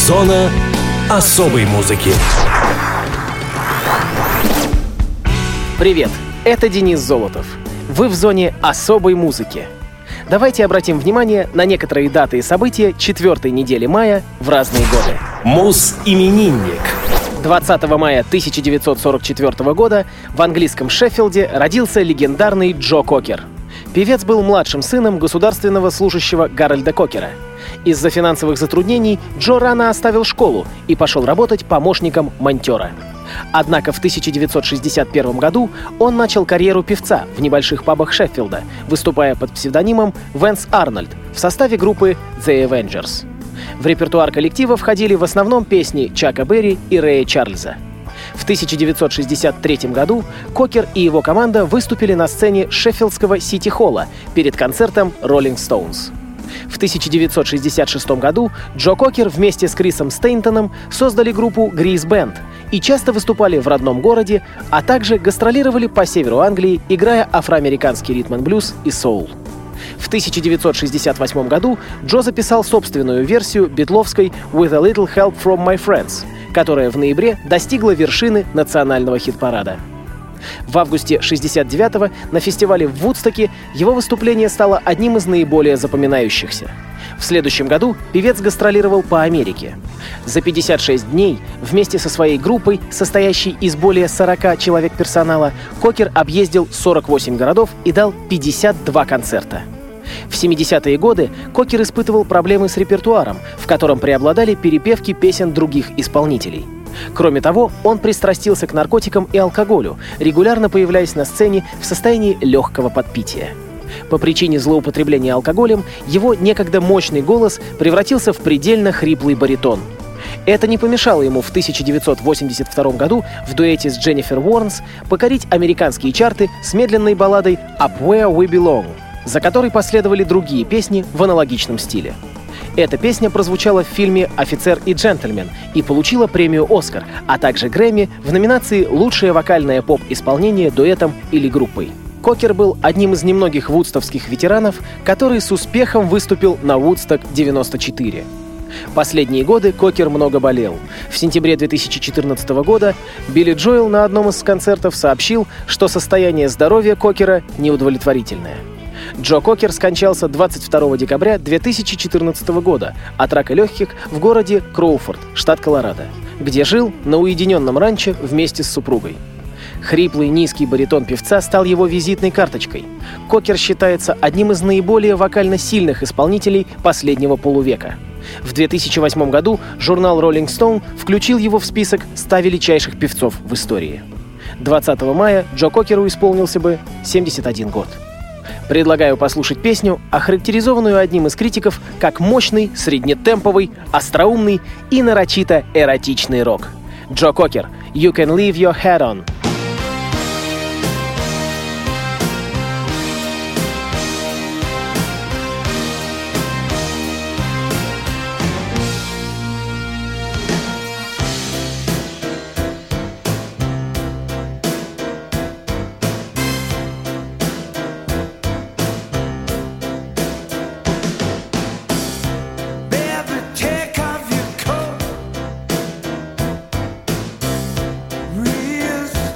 Зона особой музыки. Привет, это Денис Золотов. Вы в зоне особой музыки. Давайте обратим внимание на некоторые даты и события 4-й недели мая в разные годы. Муз-именинник. 20 мая 1944 года в английском Шеффилде родился легендарный Джо Кокер. Певец был младшим сыном государственного служащего Гарольда Кокера. Из-за финансовых затруднений Джо рано оставил школу и пошел работать помощником монтера. Однако в 1961 году он начал карьеру певца в небольших пабах Шеффилда, выступая под псевдонимом Вэнс Арнольд в составе группы The Avengers. В репертуар коллектива входили в основном песни Чака Берри и Рэя Чарльза. В 1963 году Кокер и его команда выступили на сцене Шеффилдского Сити-холла перед концертом Rolling Stones. В 1966 году Джо Кокер вместе с Крисом Стейнтоном создали группу Grease Band и часто выступали в родном городе, а также гастролировали по северу Англии, играя афроамериканский ритм-н-блюз и соул. В 1968 году Джо записал собственную версию битловской «With a Little Help from My Friends», которая в ноябре достигла вершины национального хит-парада. В августе 1969-го на фестивале в Вудстоке его выступление стало одним из наиболее запоминающихся. В следующем году певец гастролировал по Америке. За 56 дней вместе со своей группой, состоящей из более 40 человек персонала, Кокер объездил 48 городов и дал 52 концерта. В 70-е годы Кокер испытывал проблемы с репертуаром, в котором преобладали перепевки песен других исполнителей. Кроме того, он пристрастился к наркотикам и алкоголю, регулярно появляясь на сцене в состоянии легкого подпития. По причине злоупотребления алкоголем его некогда мощный голос превратился в предельно хриплый баритон. Это не помешало ему в 1982 году в дуэте с Дженнифер Уорнс покорить американские чарты с медленной балладой «Up Where We Belong», за которой последовали другие песни в аналогичном стиле. Эта песня прозвучала в фильме «Офицер и джентльмен» и получила премию «Оскар», а также Грэмми в номинации «Лучшее вокальное поп-исполнение дуэтом или группой». Кокер был одним из немногих вудстокских ветеранов, который с успехом выступил на Вудсток-94. Последние годы Кокер много болел. В сентябре 2014 года Билли Джоэл на одном из концертов сообщил, что состояние здоровья Кокера неудовлетворительное. Джо Кокер скончался 22 декабря 2014 года от рака легких в городе Кроуфорд, штат Колорадо, где жил на уединенном ранчо вместе с супругой. Хриплый низкий баритон певца стал его визитной карточкой. Кокер считается одним из наиболее вокально сильных исполнителей последнего полувека. В 2008 году журнал Rolling Stone включил его в список 100 величайших певцов в истории. 20 мая Джо Кокеру исполнился бы 71 год. Предлагаю послушать песню, охарактеризованную одним из критиков как мощный, среднетемповый, остроумный и нарочито эротичный рок. Джо Кокер, «You Can Leave Your Head On». Take off your coat, real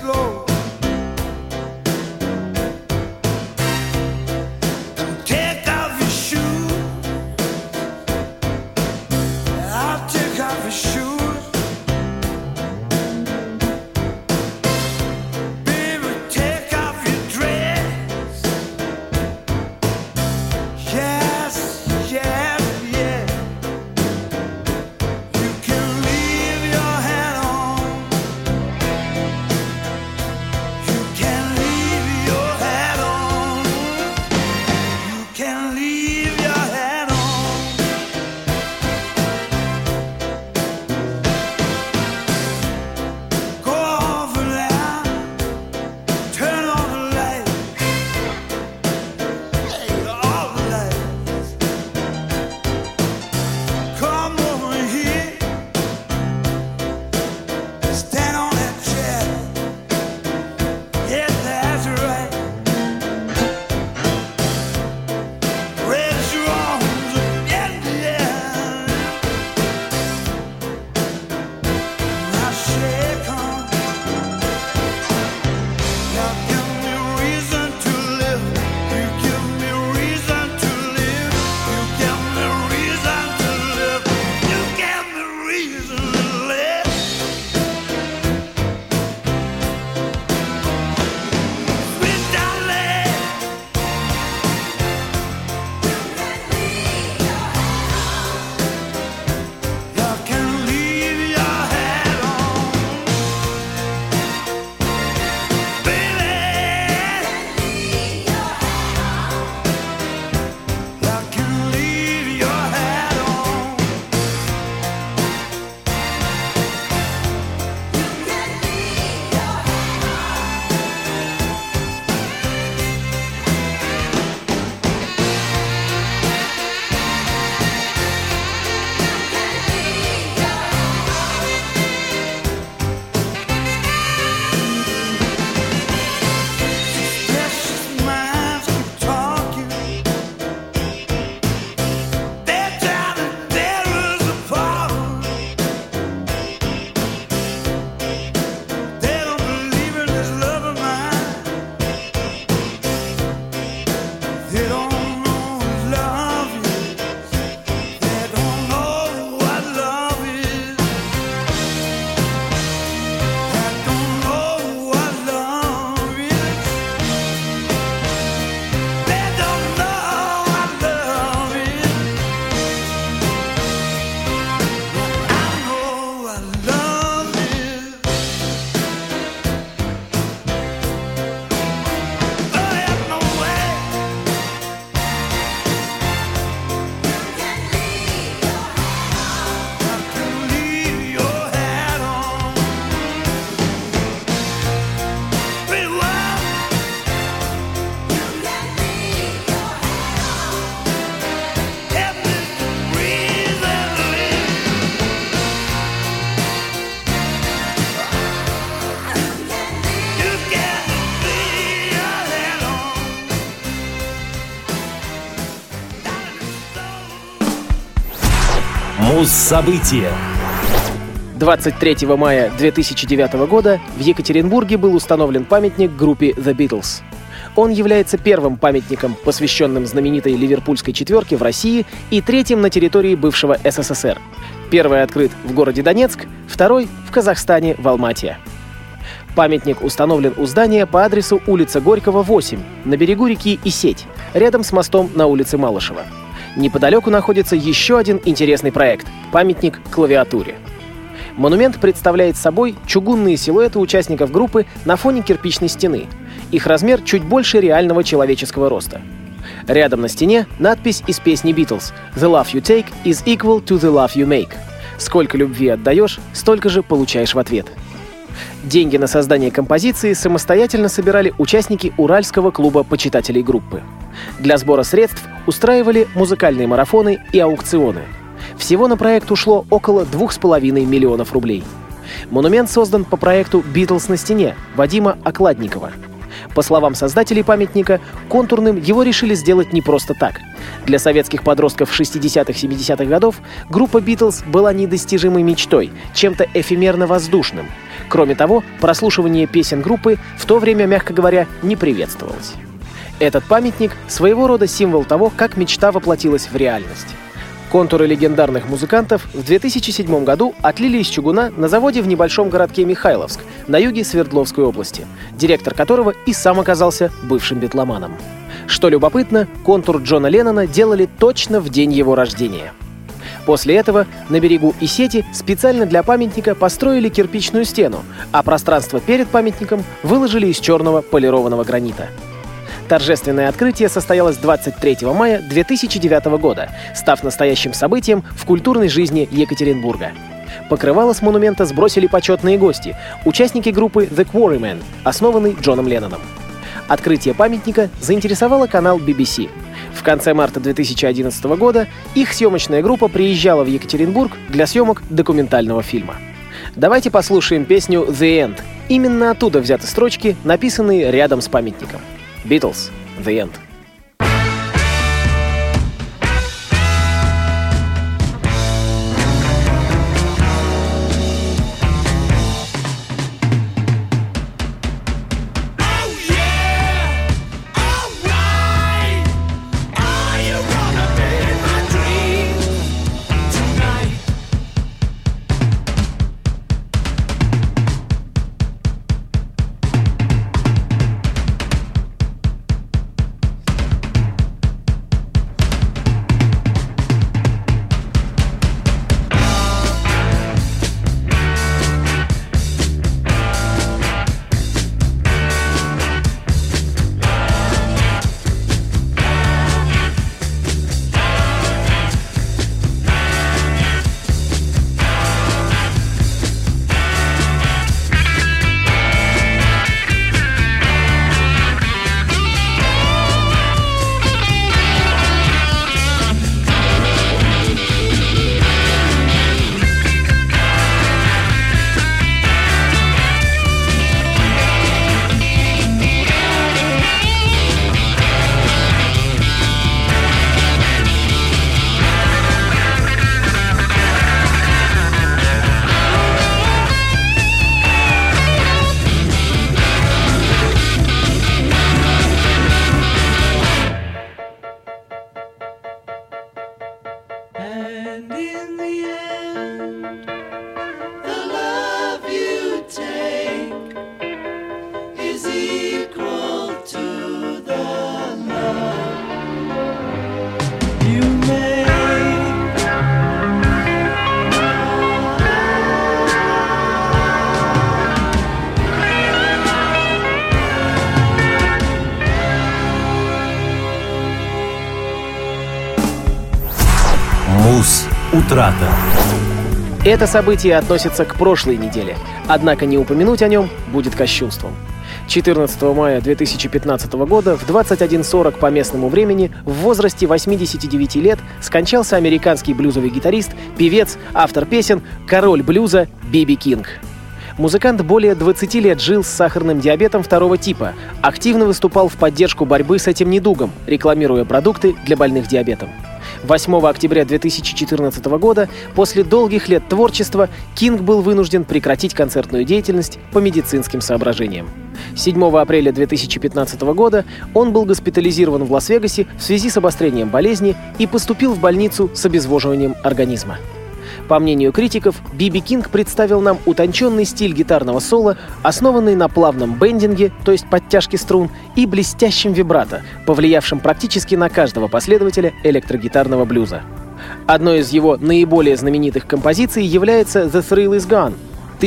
Муз-события. 23 мая 2009 года в Екатеринбурге был установлен памятник группе The Beatles. Он является первым памятником, посвященным знаменитой ливерпульской четверке в России, и третьим на территории бывшего СССР. Первый открыт в городе Донецк, второй — в Казахстане, в Алмате. Памятник установлен у здания по адресу улица Горького, 8, на берегу реки Исеть, рядом с мостом на улице Малышева. Неподалеку находится еще один интересный проект — памятник клавиатуре. Монумент представляет собой чугунные силуэты участников группы на фоне кирпичной стены. Их размер чуть больше реального человеческого роста. Рядом на стене надпись из песни Beatles «The love you take is equal to the love you make». Сколько любви отдаешь, столько же получаешь в ответ. Деньги на создание композиции самостоятельно собирали участники Уральского клуба почитателей группы. Для сбора средств устраивали музыкальные марафоны и аукционы. Всего на проект ушло около 2,5 миллионов рублей. Монумент создан по проекту «Битлз на стене» Вадима Окладникова. По словам создателей памятника, контурным его решили сделать не просто так. Для советских подростков 60-70-х годов группа «Битлз» была недостижимой мечтой, чем-то эфемерно-воздушным. Кроме того, прослушивание песен группы в то время, мягко говоря, не приветствовалось. Этот памятник — своего рода символ того, как мечта воплотилась в реальность. Контуры легендарных музыкантов в 2007 году отлили из чугуна на заводе в небольшом городке Михайловск на юге Свердловской области, директор которого и сам оказался бывшим битломаном. Что любопытно, контур Джона Леннона делали точно в день его рождения. После этого на берегу Исети специально для памятника построили кирпичную стену, а пространство перед памятником выложили из черного полированного гранита. Торжественное открытие состоялось 23 мая 2009 года, став настоящим событием в культурной жизни Екатеринбурга. Покрывало с монумента сбросили почетные гости, участники группы The Quarrymen, основанной Джоном Ленноном. Открытие памятника заинтересовало канал BBC. В конце марта 2011 года их съемочная группа приезжала в Екатеринбург для съемок документального фильма. Давайте послушаем песню «The End». Именно оттуда взяты строчки, написанные рядом с памятником. Beatles, The End. And in the end, the love you take is equal to the love you make. Муз-утрата. Это событие относится к прошлой неделе, однако не упомянуть о нем будет кощунством. 14 мая 2015 года в 21:40 по местному времени в возрасте 89 лет скончался американский блюзовый гитарист, певец, автор песен, король блюза Би-Би Кинг. Музыкант более 20 лет жил с сахарным диабетом второго типа, активно выступал в поддержку борьбы с этим недугом, рекламируя продукты для больных диабетом. 8 октября 2014 года, после долгих лет творчества, Кинг был вынужден прекратить концертную деятельность по медицинским соображениям. 7 апреля 2015 года он был госпитализирован в Лас-Вегасе в связи с обострением болезни и поступил в больницу с обезвоживанием организма. По мнению критиков, Би Кинг представил нам утонченный стиль гитарного соло, основанный на плавном бендинге, то есть подтяжке струн, и блестящем вибрато, повлиявшем практически на каждого последователя электрогитарного блюза. Одной из его наиболее знаменитых композиций является «The Thrill Is Gone»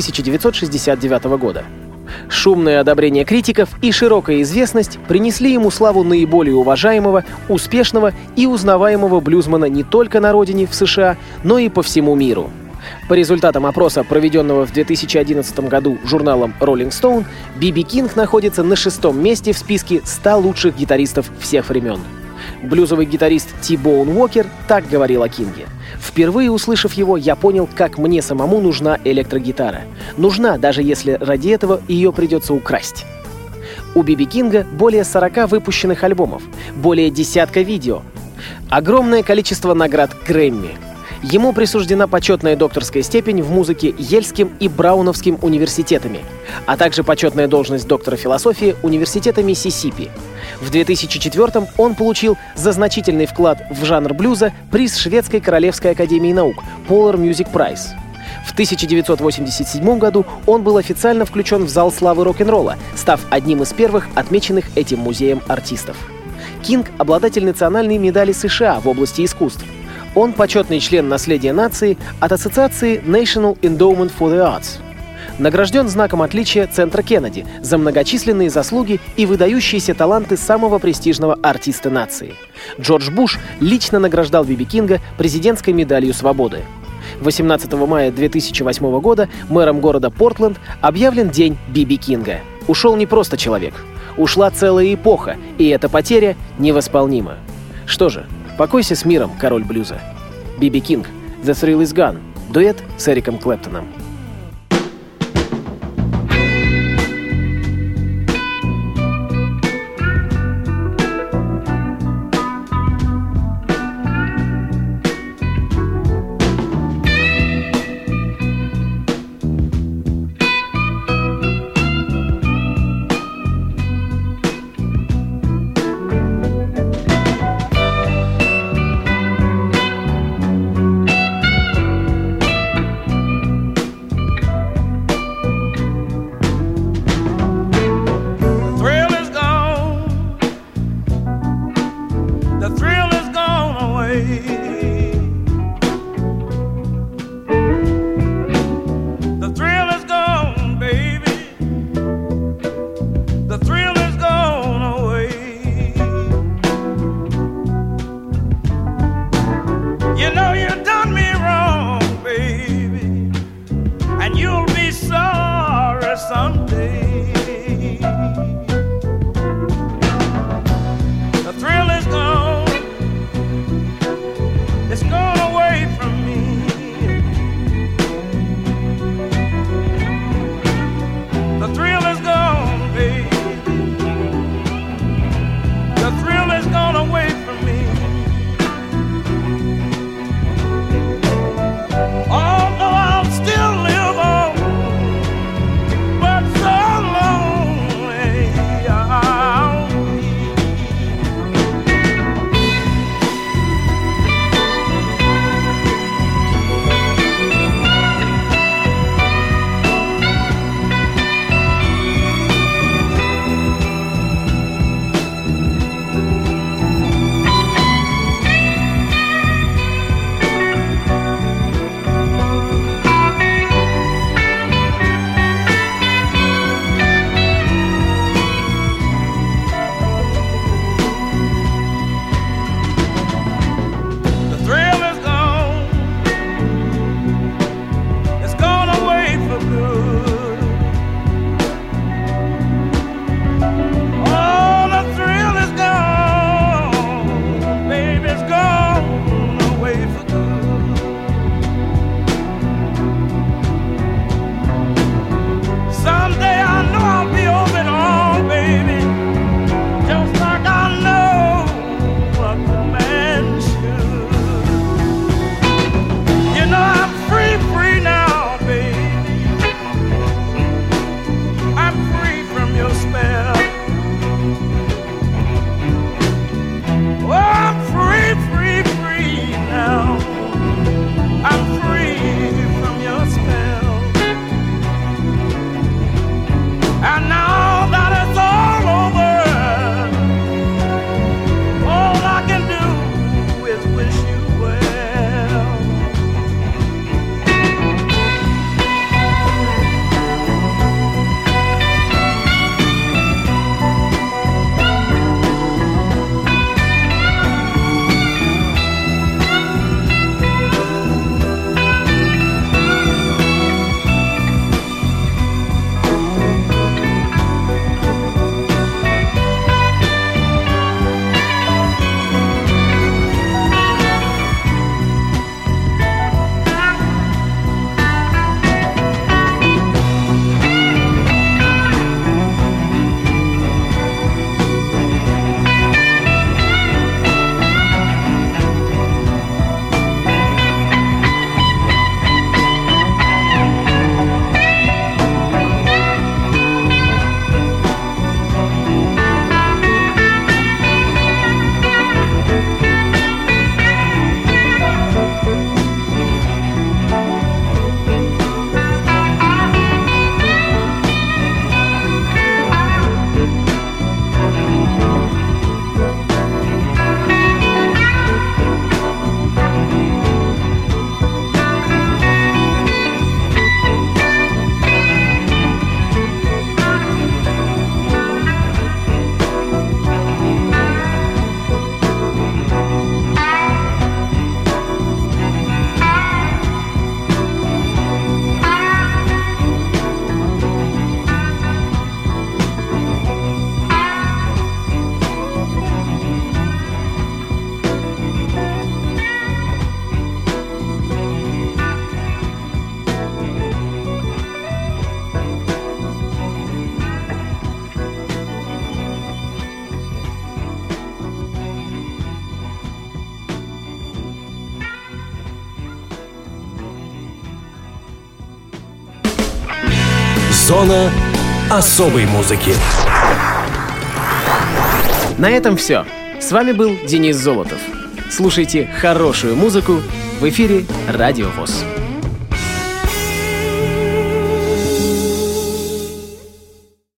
1969 года. Шумное одобрение критиков и широкая известность принесли ему славу наиболее уважаемого, успешного и узнаваемого блюзмена не только на родине, в США, но и по всему миру. По результатам опроса, проведенного в 2011 году журналом Rolling Stone, Би Кинг находится на 6-м месте в списке 100 лучших гитаристов всех времен. Блюзовый гитарист Ти Боун Уокер так говорил о Кинге: «Впервые услышав его, я понял, как мне самому нужна электрогитара. Нужна, даже если ради этого ее придется украсть». У Би Кинга более 40 выпущенных альбомов, более десятка видео, огромное количество наград Грэмми. Ему присуждена почетная докторская степень в музыке Ельским и Брауновским университетами, а также почетная должность доктора философии университета Миссисипи. В 2004-м он получил за значительный вклад в жанр блюза приз Шведской Королевской академии наук Polar Music Prize. В 1987 году он был официально включен в зал славы рок-н-ролла, став одним из первых отмеченных этим музеем артистов. Кинг — обладатель национальной медали США в области искусств. Он почетный член наследия нации от ассоциации National Endowment for the Arts. Награжден знаком отличия Центра Кеннеди за многочисленные заслуги и выдающиеся таланты самого престижного артиста нации. Джордж Буш лично награждал Би Кинга президентской медалью свободы. 18 мая 2008 года мэром города Портленд объявлен День Би Кинга. Ушел не просто человек. Ушла целая эпоха, и эта потеря невосполнима. Что же, покойся с миром, король блюза. Би Кинг, «The Thrill Is Gone», дуэт с Эриком Клэптоном. Зона особой музыки. На этом все. С вами был Денис Золотов. Слушайте хорошую музыку в эфире Радио ВОС.